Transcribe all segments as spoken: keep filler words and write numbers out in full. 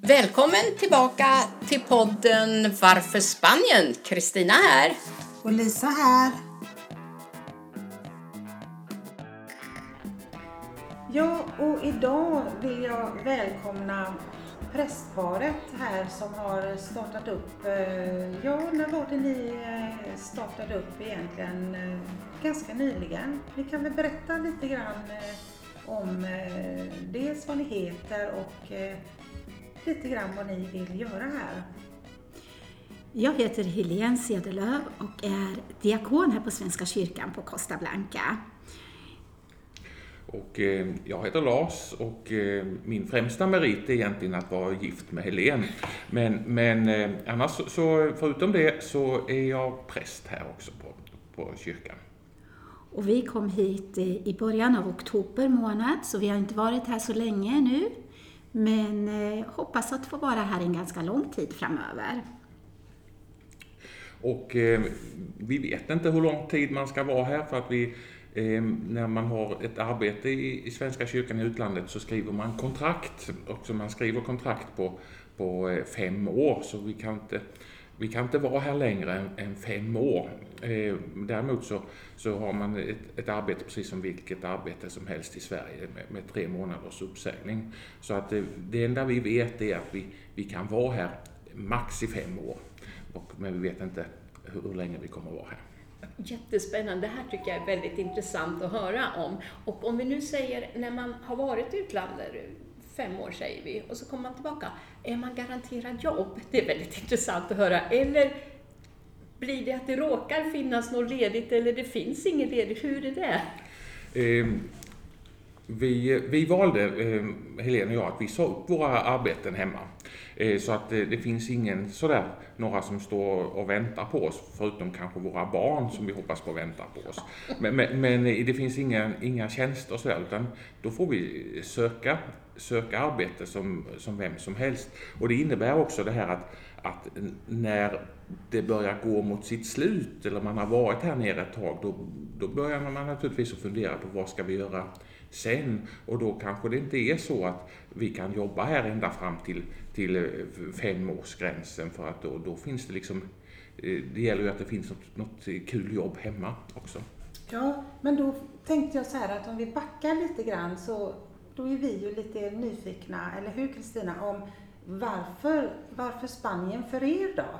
Välkommen tillbaka till podden Varför Spanien? Kristina här. Och Lisa här. Ja, och idag vill jag välkomna prästparet här som har startat upp. Ja, när var det ni startade upp egentligen? Ganska nyligen. Vi kan väl berätta lite grann om dels vad ni heter och lite grann vad ni vill göra här. Jag heter Helene Cederlöv och är diakon här på Svenska kyrkan på Costa Blanca. Och eh, jag heter Lars och eh, min främsta merit är egentligen att vara gift med Helene. Men, men eh, annars så, förutom det så är jag präst här också på, på kyrkan. Och vi kom hit i början av oktober månad, så vi har inte varit här så länge nu. Men eh, hoppas att få vara här en ganska lång tid framöver. Och eh, vi vet inte hur lång tid man ska vara här, för att vi, eh, när man har ett arbete i, i Svenska kyrkan i utlandet så skriver man kontrakt. Och man skriver kontrakt på, på eh, fem år, så vi kan inte, vi kan inte vara här längre än, än fem år. Eh, däremot så, så har man ett, ett arbete precis som vilket arbete som helst i Sverige med, med tre månaders uppsägning. Så att det, det enda vi vet är att vi, vi kan vara här max i fem år. Och, men vi vet inte hur, hur länge vi kommer att vara här. Jättespännande. Det här tycker jag är väldigt intressant att höra om. Och om vi nu säger, när man har varit i utlandet, fem år säger vi, och så kommer man tillbaka, är man garanterad jobb? Det är väldigt intressant att höra. Eller blir det att det råkar finnas något ledigt eller det finns inget ledigt? Hur är det? Eh, vi, vi valde, eh, Helene och jag, att vi sa upp våra arbeten hemma. Eh, så att eh, det finns ingen sådär, några som står och väntar på oss, förutom kanske våra barn som vi hoppas på väntar på oss. Men, men, men det finns inga, inga tjänster och sådär, utan då får vi söka, söka arbete som, som vem som helst. Och det innebär också det här att, att när det börjar gå mot sitt slut, eller man har varit här nere ett tag, då, då börjar man naturligtvis att fundera på vad ska vi göra sen. Och då kanske det inte är så att vi kan jobba här ända fram till, till femårsgränsen, för att då, då finns det liksom, det gäller ju att det finns något, något kul jobb hemma också. Ja, men då tänkte jag så här att om vi backar lite grann, så då är vi ju lite nyfikna, eller hur Kristina, om varför, varför Spanien för er då?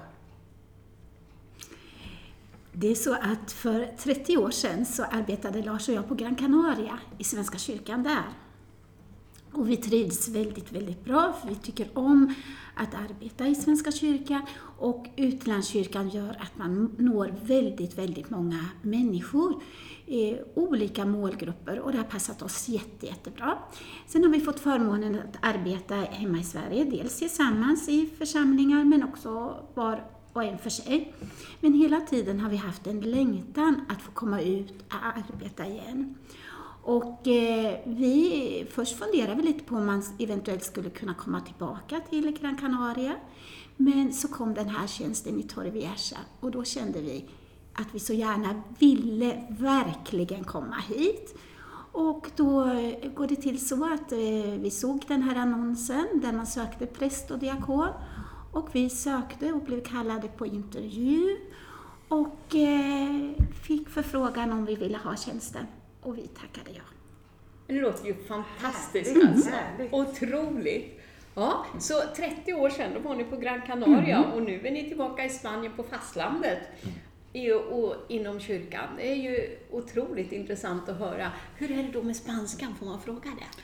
Det är så att för trettio år sedan så arbetade Lars och jag på Gran Canaria i Svenska kyrkan där. Och vi trivs väldigt, väldigt bra, för vi tycker om att arbeta i Svenska kyrkan, och utlandskyrkan gör att man når väldigt, väldigt många människor, eh, olika målgrupper, och det har passat oss jätte, jättebra. Sen har vi fått förmånen att arbeta hemma i Sverige, dels tillsammans i församlingar men också var och en för sig. Men hela tiden har vi haft en längtan att få komma ut och arbeta igen. Och eh, vi först funderade vi lite på om man eventuellt skulle kunna komma tillbaka till Gran Canaria. Men så kom den här tjänsten i Torrevieja, och då kände vi att vi så gärna ville verkligen komma hit. Och då går det till så att eh, vi såg den här annonsen där man sökte präst och diakon. Och vi sökte och blev kallade på intervju och eh, fick förfrågan om vi ville ha tjänsten. Och vi tackade ja. Det låter ju fantastiskt Mm. alltså. Härligt. Otroligt. Ja, så trettio år sedan då var ni på Gran Canaria mm. och nu är ni tillbaka i Spanien på fastlandet i, och inom kyrkan. Det är ju otroligt intressant att höra. Hur är det då med spanskan, får man fråga det?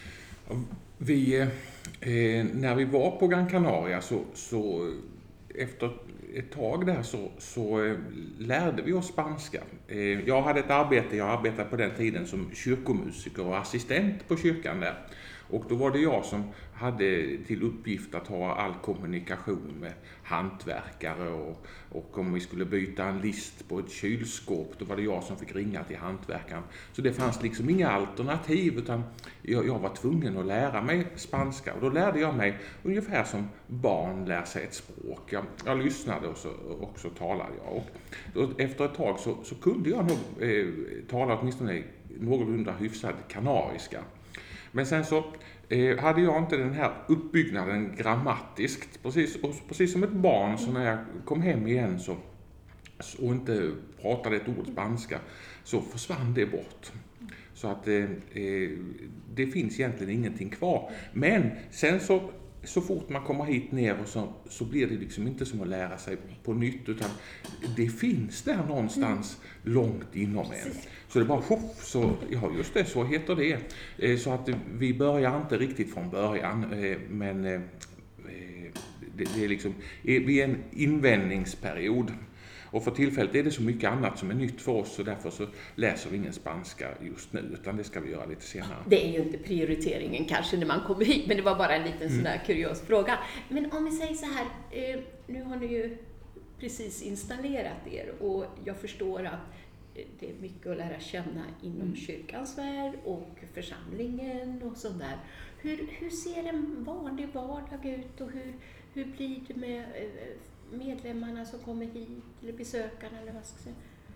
Vi, eh, när vi var på Gran Canaria så, så efter ett tag där så, så eh, lärde vi oss spanska. Eh, jag hade ett arbete, jag arbetade på den tiden som kyrkomusiker och assistent på kyrkan där. Och då var det jag som hade till uppgift att ha all kommunikation med hantverkare och, och om vi skulle byta en list på ett kylskåp, då var det jag som fick ringa till hantverkaren. Så det fanns liksom inga alternativ, utan jag, jag var tvungen att lära mig spanska. Och då lärde jag mig ungefär som barn lär sig ett språk. Jag, jag lyssnade och så, och så talade jag. Och då, efter ett tag så, så kunde jag nog eh, tala åtminstone någorlunda hyfsad kanariska. Men sen så eh, hade jag inte den här uppbyggnaden grammatiskt. Precis, och precis som ett barn, så när jag kom hem igen så, och inte pratade ett ord spanska, så försvann det bort. Så att eh, det finns egentligen ingenting kvar. Men sen så, så fort man kommer hit ner och så, så blir det liksom inte som att lära sig på nytt, utan det finns där någonstans mm. långt inom en. Så det är bara tjoff, så ja just det, så heter det. Eh, så att vi börjar inte riktigt från början, eh, men eh, det, det är liksom, vi är en invändningsperiod. Och för tillfället är det så mycket annat som är nytt för oss, och därför så läser vi ingen spanska just nu, utan det ska vi göra lite senare. Det är ju inte prioriteringen kanske när man kommer hit, men det var bara en liten mm. sån där kurios fråga. Men om vi säger så här, eh, nu har ni ju precis installerat er, och jag förstår att det är mycket att lära känna inom mm. kyrkans värld och församlingen och sånt där. Hur, hur ser en vanlig vardag ut, och hur, hur blir det med eh, medlemmarna som kommer hit, eller besökarna, eller vad ska jag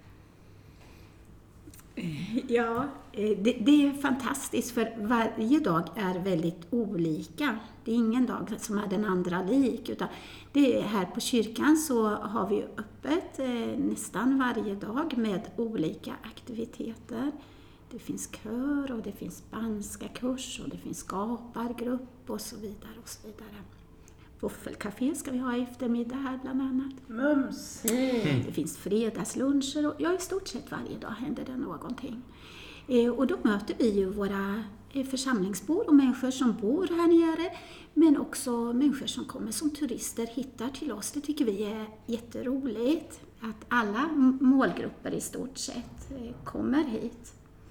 säga? Ja, det, det är fantastiskt, för varje dag är väldigt olika. Det är ingen dag som är den andra lik, utan det är här på kyrkan så har vi öppet eh, nästan varje dag med olika aktiviteter. Det finns kör och det finns spanska kurs och det finns skapargrupp och så vidare och så vidare. Våffelcafé ska vi ha i eftermiddag här bland annat. Mums! Mm. Det finns fredagsluncher, och ja, i stort sett varje dag händer det någonting. Eh, och då möter vi ju våra eh, församlingsbor och människor som bor här nere, men också människor som kommer som turister hittar till oss. Det tycker vi är jätteroligt, att alla målgrupper i stort sett eh, kommer hit.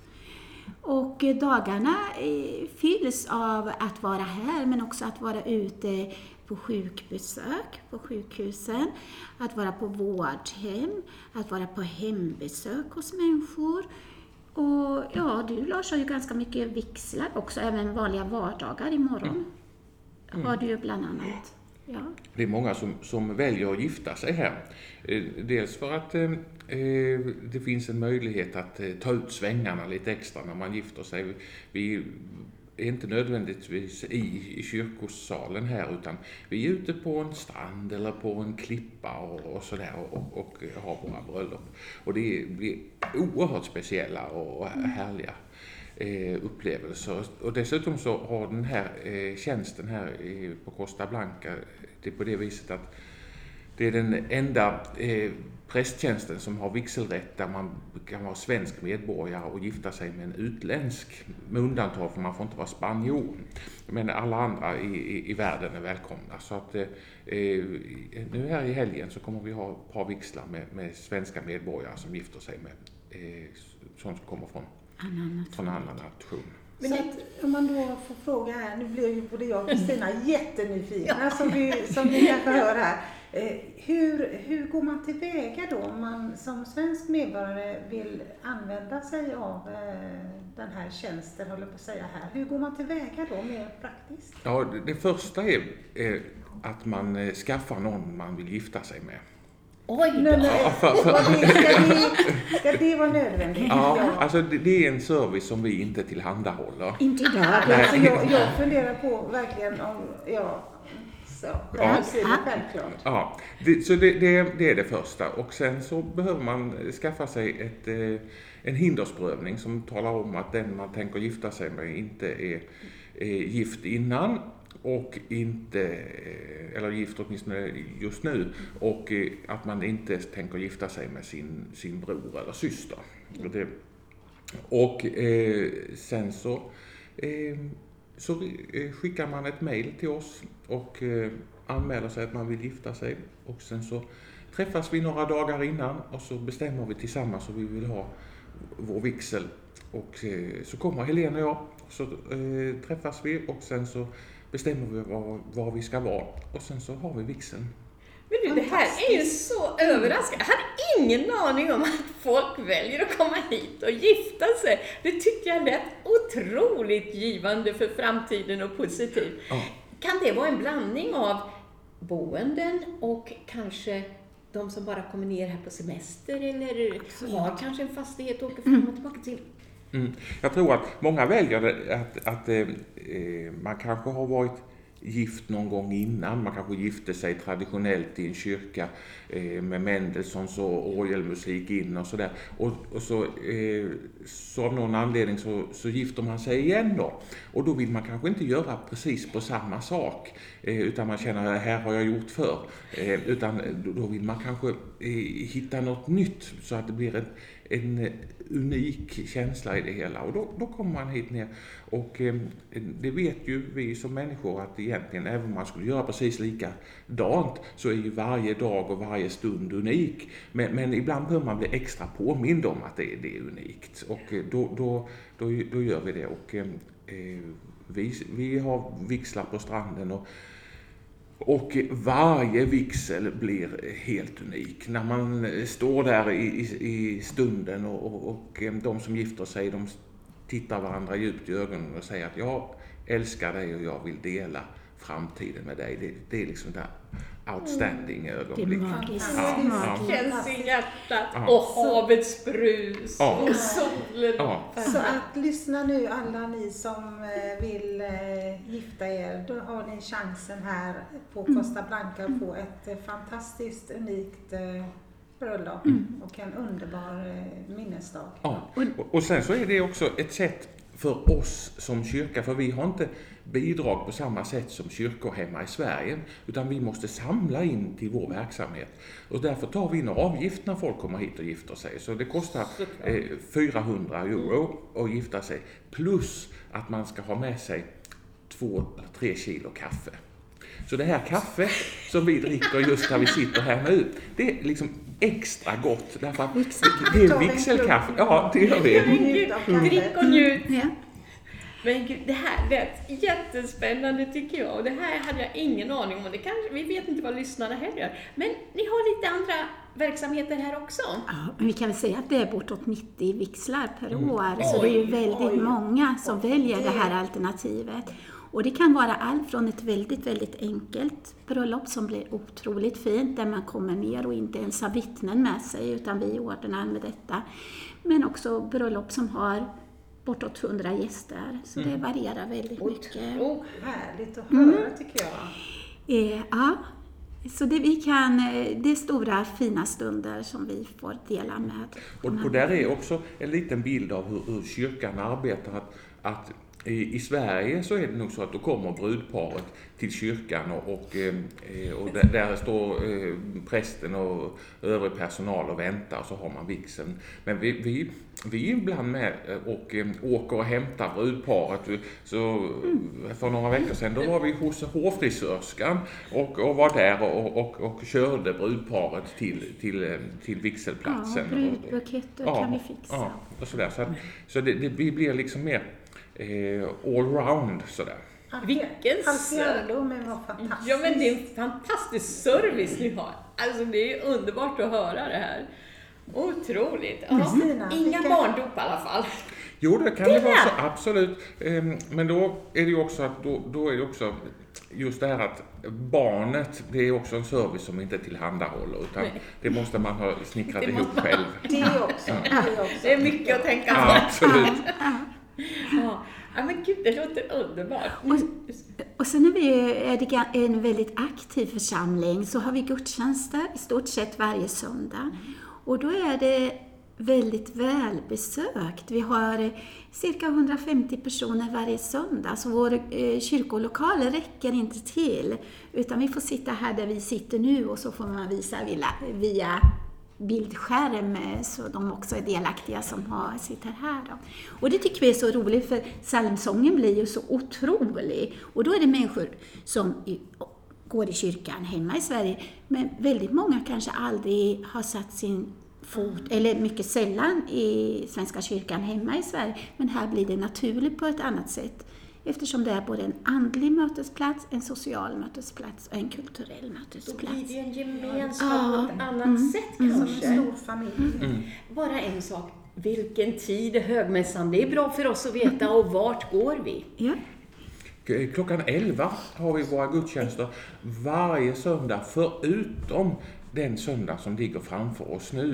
Och dagarna eh, fylls av att vara här, men också att vara ute på sjukbesök på sjukhusen, att vara på vårdhem, att vara på hembesök hos människor. Och ja, du Lars har ju ganska mycket vigslar också, även vanliga vardagar imorgon. Mm. Har du ju bland annat. Ja. Det är många som, som väljer att gifta sig här. Dels för att eh, det finns en möjlighet att eh, ta ut svängarna lite extra när man gifter sig. Vi är inte nödvändigtvis i, i kyrkosalen här, utan vi är ute på en strand eller på en klippa och, och sådär och, och har våra bröllop. Och det blir oerhört speciella och härliga eh, upplevelser. Och dessutom så har den här eh, tjänsten här eh, på Costa Blanca, det är på det viset att det är den enda eh, prästtjänsten som har vigselrätt där man kan vara svensk medborgare och gifta sig med en utländsk, med undantag för man får inte vara spanjor. Men alla andra i, i, i världen är välkomna. Så att eh, nu här i helgen så kommer vi ha ett par vigslar med, med svenska medborgare som gifter sig med eh, som kommer från annan från annan nation. Men så att, om man då får fråga här, nu blir ju både jag och Kristina jättenyfikna som vi, som vi kanske hör här. Eh, hur, hur går man tillväga då om man som svensk medborgare vill använda sig av eh, den här tjänsten, håller på att säga här. Hur går man tillväga då mer praktiskt? Ja, det, det första är eh, att man eh, skaffar någon man vill gifta sig med. Oj då! Nej, nej, för, för. Ska, det, ska det vara nödvändigt? Ja, ja. Alltså det, det är en service som vi inte tillhandahåller. Inte idag. Alltså jag, jag funderar på verkligen om, ja, så. Det här ser det självklart. Ja, det, så det, det, det är det första. Och sen så behöver man skaffa sig ett, en hindersprövning som talar om att den man tänker gifta sig med inte är, är gift innan. Och inte, eller gift åtminstone just nu, och att man inte tänker gifta sig med sin, sin bror eller syster. Och, det, och eh, sen så, eh, så skickar man ett mejl till oss och eh, anmäler sig att man vill gifta sig. Och sen så träffas vi några dagar innan och så bestämmer vi tillsammans och vi vill ha vår vigsel. Och eh, så kommer Helene och jag, så eh, träffas vi och sen så bestämmer vi var, var vi ska vara och sen så har vi vigseln. Men du, det här är ju så överraskande. Jag hade ingen aning om att folk väljer att komma hit och gifta sig. Det tycker jag lät otroligt givande för framtiden och positivt. Ja. Kan det vara en blandning av boenden och kanske de som bara kommer ner här på semester eller har kanske en fastighet och åker fram och tillbaka till? Mm. Jag tror att många väljer det, att, att eh, man kanske har varit gift någon gång innan. Man kanske gifte sig traditionellt i en kyrka eh, med Mendelssohns och orgelmusik in och sådär. Och, och så, eh, så av någon anledning så, så gifter man sig igen då. Och då vill man kanske inte göra precis på samma sak. Eh, utan man känner att här har jag gjort förr. Eh, utan då vill man kanske eh, hitta något nytt så att det blir en, en unik känsla i det hela. Och då, då kommer man hit ner. Och eh, det vet ju vi som människor att egentligen även om man skulle göra precis likadant så är ju varje dag och varje stund unik. Men, men ibland behöver man bli extra påmind om att det, det är unikt. Och eh, då, då, då, då gör vi det. Och eh, vi, vi har vigslar på stranden och Och varje vigsel blir helt unik. När man står där i, i, i stunden och, och, och de som gifter sig, de tittar varandra djupt i ögonen och säger att jag älskar dig och jag vill dela framtiden med dig. Det, det är liksom det outstanding mm. ögonblick. Det är magiskt. Ja, ja. Känns i hjärtat. Ja. Och havets brus. Ja. Och solen. Ja. Så att lyssna nu alla ni som vill gifta er, då har ni chansen här på Costa Blanca att få ett fantastiskt unikt bröllop mm. och en underbar minnesdag. Ja. Och, och sen så är det också ett sätt för oss som kyrka, för vi har inte bidrag på samma sätt som kyrkor hemma i Sverige, utan vi måste samla in till vår verksamhet. Och därför tar vi in avgift när folk kommer hit och gifter sig. Så det kostar eh, fyrahundra euro att gifta sig, plus att man ska ha med sig två eller tre kilo kaffe. Så det här kaffet som vi dricker just när vi sitter här nu, det är liksom extra gott. Därför att det är vigselkaffe. Ja, det gör vi. Drick och njut. Ja. Men gud, det här lät jättespännande tycker jag. Och det här hade jag ingen aning om. Det kanske, vi vet inte vad lyssnarna heller gör. Men ni har lite andra verksamheter här också. Ja, vi kan väl säga att det är bortåt nittio vigslar per Mm. år. Så det är ju väldigt oj. många som väljer det här alternativet. Och det kan vara allt från ett väldigt, väldigt enkelt bröllop som blir otroligt fint, där man kommer ner och inte ens har vittnen med sig, utan vi ordnar med detta. Men också bröllop som har bortåt hundra gäster, så mm. det varierar väldigt mycket. Oh, härligt att höra mm. tycker jag. Eh, ja, så det, vi kan, det är stora fina stunder som vi får dela med. Och, och där är också en liten bild av hur, hur kyrkan arbetar. Att, att i, I Sverige så är det nog så att då kommer brudparet till kyrkan och, och, och där, där står prästen och övrig personal och väntar, och så har man vigseln. Men vi, vi, vi är ibland med och åker och hämtar brudparet. Så för några veckor sedan då var vi hos hårfrisörskan och, och var där och, och, och körde brudparet till, till, till vigselplatsen. Ja, brudbuketter ja, kan vi fixa. Ja, och sådär. Så, att, så det, det, vi blir liksom mer Eh, all round sådär. Vilken service, men vad fantastiskt. Ja, men det är en fantastisk service ni har. Alltså det är underbart att höra det här. Otroligt. Ja. Kristina, Inga vilka... barndop i alla fall. Jo, det kan det, det vara så, absolut. Eh, men då är det ju också att då, då är det också just det här att barnet, det är också en service som inte tillhandahåller, utan Nej. det måste man ha snickrat det ihop själv. Det är också. Ja. Det är, också. Det är mycket att tänka på. Ja, absolut. Ja. Ja, men gud, det låter underbart. Och, och sen är vi är det en väldigt aktiv församling, så har vi gudstjänster i stort sett varje söndag. Och då är det väldigt välbesökt. Vi har cirka hundrafemtio personer varje söndag, så vår eh, kyrkolokaler räcker inte till. Utan vi får sitta här där vi sitter nu, och så får man visa via, via bildskärm, så de också är delaktiga som har, sitter här då. Och det tycker vi är så roligt, för psalmsången blir ju så otrolig. Och då är det människor som i, går i kyrkan hemma i Sverige, men väldigt många kanske aldrig har satt sin fot, eller mycket sällan i Svenska kyrkan hemma i Sverige. Men här blir det naturligt på ett annat sätt. Eftersom det är både en andlig mötesplats, en social mötesplats och en kulturell mötesplats. Då blir det en gemenskap ah, på ett annat mm, sätt mm, kanske. En stor familj. Mm. Bara en sak. Vilken tid är högmässan? Det är bra för oss att veta, och vart går vi? Ja. Klockan elva har vi våra gudstjänster varje söndag, förutom den söndag som ligger framför oss nu.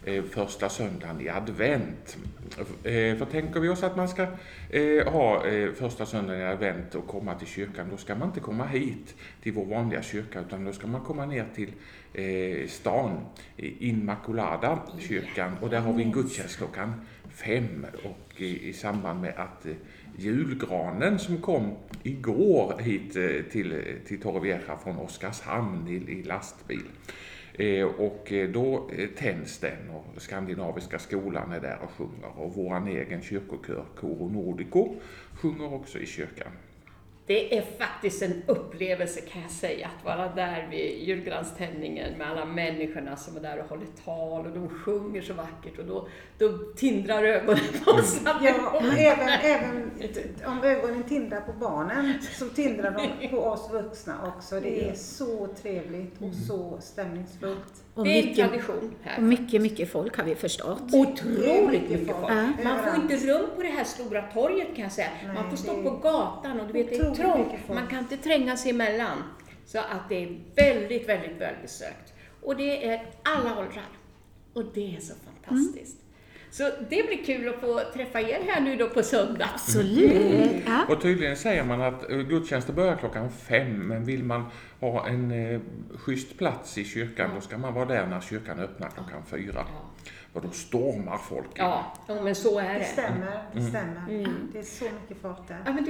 eh, första söndagen i advent. Eh, för tänker vi oss att man ska eh, ha eh, första söndagen i advent och komma till kyrkan, då ska man inte komma hit till vår vanliga kyrka, utan då ska man komma ner till eh, stan, Immaculada kyrkan, och där har vi en gudstjänst klockan fem, och i, i samband med att eh, julgranen som kom igår hit eh, till, till Torrevieja från Oskarshamn i, i lastbil. Eh, och eh, då eh, tänds den, och Skandinaviska skolan är där och sjunger, och våran egen kyrkokör Coro Nordico sjunger också i kyrkan. Det är faktiskt en upplevelse, kan jag säga, att vara där vid julgranständningen med alla människorna som är där och håller tal, och de sjunger så vackert, och då, då tindrar ögonen på oss. Ja, och även, även om ögonen tindrar på barnen så tindrar de på oss vuxna också. Det är så trevligt och så stämningsfullt. Och det är en mycket, tradition här. och mycket, mycket folk har vi förstått. Otroligt mycket folk. Ja. Man får inte rum på det här stora torget, kan jag säga. Nej, man får stå det på gatan, och du vet, det är otroligt trångt. mycket folk. Man kan inte tränga sig emellan. Så att det är väldigt, väldigt välbesökt. Och det är alla åldrar. Och det är så fantastiskt. Mm. Så det blir kul att få träffa er här nu då på söndag. Absolut. Mm. Ja. Och tydligen säger man att gudstjänsten börjar klockan fem, men vill man ha en eh, schysst plats i kyrkan, då ska man vara där när kyrkan öppnar klockan fyra. Ja. Och då stormar folk. Ja, ja, men så är det. Det stämmer, det stämmer. Mm. Det är så mycket fart där. Ja, men det,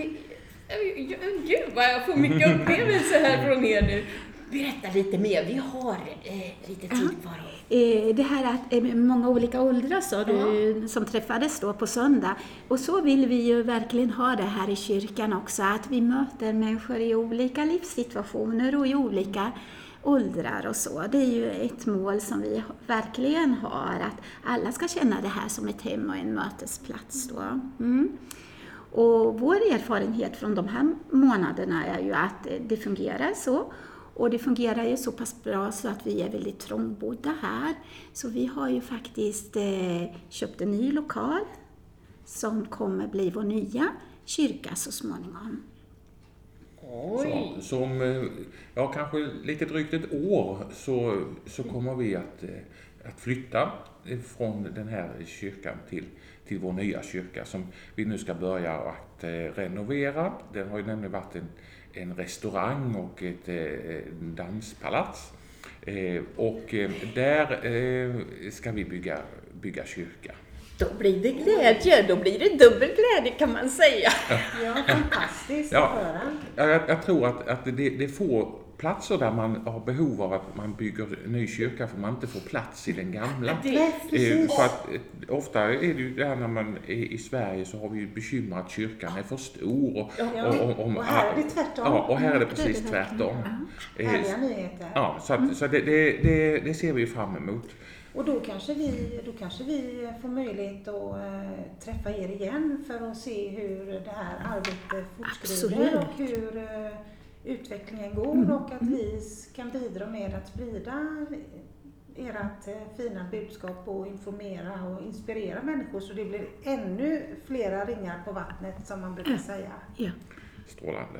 gud vad jag får mycket upplevelser här från er nu. Berätta lite mer, vi har eh, lite tid kvar. Eh, det här att eh, många olika åldrar sa du, ja, som träffades då på söndag. Och så vill vi ju verkligen ha det här i kyrkan också, att vi möter människor i olika livssituationer och i olika åldrar och så. Det är ju ett mål som vi verkligen har, att alla ska känna det här som ett hem och en mötesplats då. Mm. Och vår erfarenhet från de här månaderna är ju att det fungerar så. Och det fungerar ju så pass bra så att vi är väldigt trångbodda här. Så vi har ju faktiskt eh, köpt en ny lokal som kommer bli vår nya kyrka så småningom. Oj. Så, som, ja, kanske lite drygt ett år så, så kommer vi att, att flytta från den här kyrkan till, till vår nya kyrka som vi nu ska börja att renovera. Den har ju nämligen varit en, en restaurang och ett eh, danspalats. Eh, och eh, där eh, ska vi bygga, bygga kyrka. Då blir det glädje, då blir det dubbel glädje kan man säga. Ja, fantastiskt ja, att höra. Jag, jag tror att, att det, det får platser där man har behov av att man bygger en ny kyrka för man inte får plats i den gamla. Det, eh, för att, eh, ofta är det ju där när man är i Sverige så har vi ju bekymmer att kyrkan är för stor. Och, ja, och, och, och, och här är det tvärtom. Ja, och här är det precis tvärtom. Ja. Härliga nyheter. Ja, så, att, så det, det, det, det ser vi fram emot. Och då kanske vi, då kanske vi får möjlighet att äh, träffa er igen för att se hur det här arbetet fortskrider. Absolut. Och hur äh, utvecklingen går mm. och att vi kan bidra med att sprida ert äh, fina budskap och informera och inspirera människor så det blir ännu flera ringar på vattnet som man brukar mm. säga. Ja. Strålande.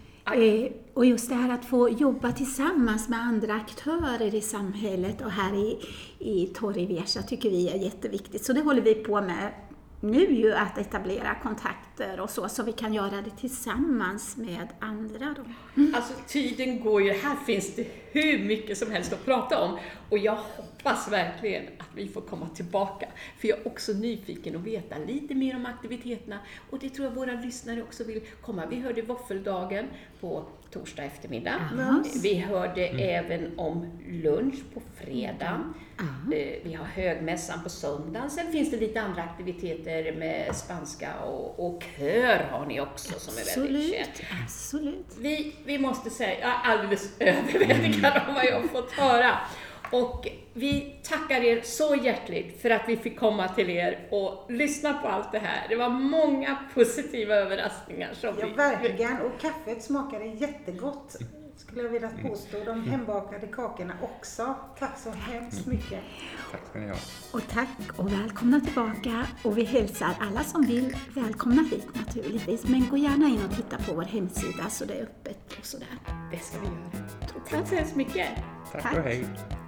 Eh, och just det här att få jobba tillsammans med andra aktörer i samhället och här i, i Torrevieja tycker vi är jätteviktigt. Så det håller vi på med nu ju, att etablera kontakter och så, så vi kan göra det tillsammans med andra då. Mm. Alltså tiden går ju, här finns det hur mycket som helst att prata om och jag hoppas verkligen att vi får komma tillbaka. För jag är också nyfiken att veta lite mer om aktiviteterna och det tror jag våra lyssnare också vill komma. Vi hörde våffeldagen på torsdag eftermiddag. Mm. Vi hörde mm. även om lunch på fredag. Mm. Vi har högmässan på söndagen. Sen finns det lite andra aktiviteter med spanska och, och kör har ni också som är väldigt känt. Absolut. Vi, vi måste säga, jag är alldeles överväldigad om vad jag har fått höra. Och vi tackar er så hjärtligt för att vi fick komma till er och lyssna på allt det här. Det var många positiva överraskningar. Som ja, vi... verkligen. Och kaffet smakade jättegott. Skulle jag vilja påstå. De hembakade kakorna också. Tack så hemskt mycket. Tack ska ni ha. Och tack och välkomna tillbaka. Och vi hälsar alla som vill välkomna hit naturligtvis. Men gå gärna in och titta på vår hemsida så det är öppet och sådär. Det ska vi göra. Tack så hemskt mycket. Tack, tack och hej.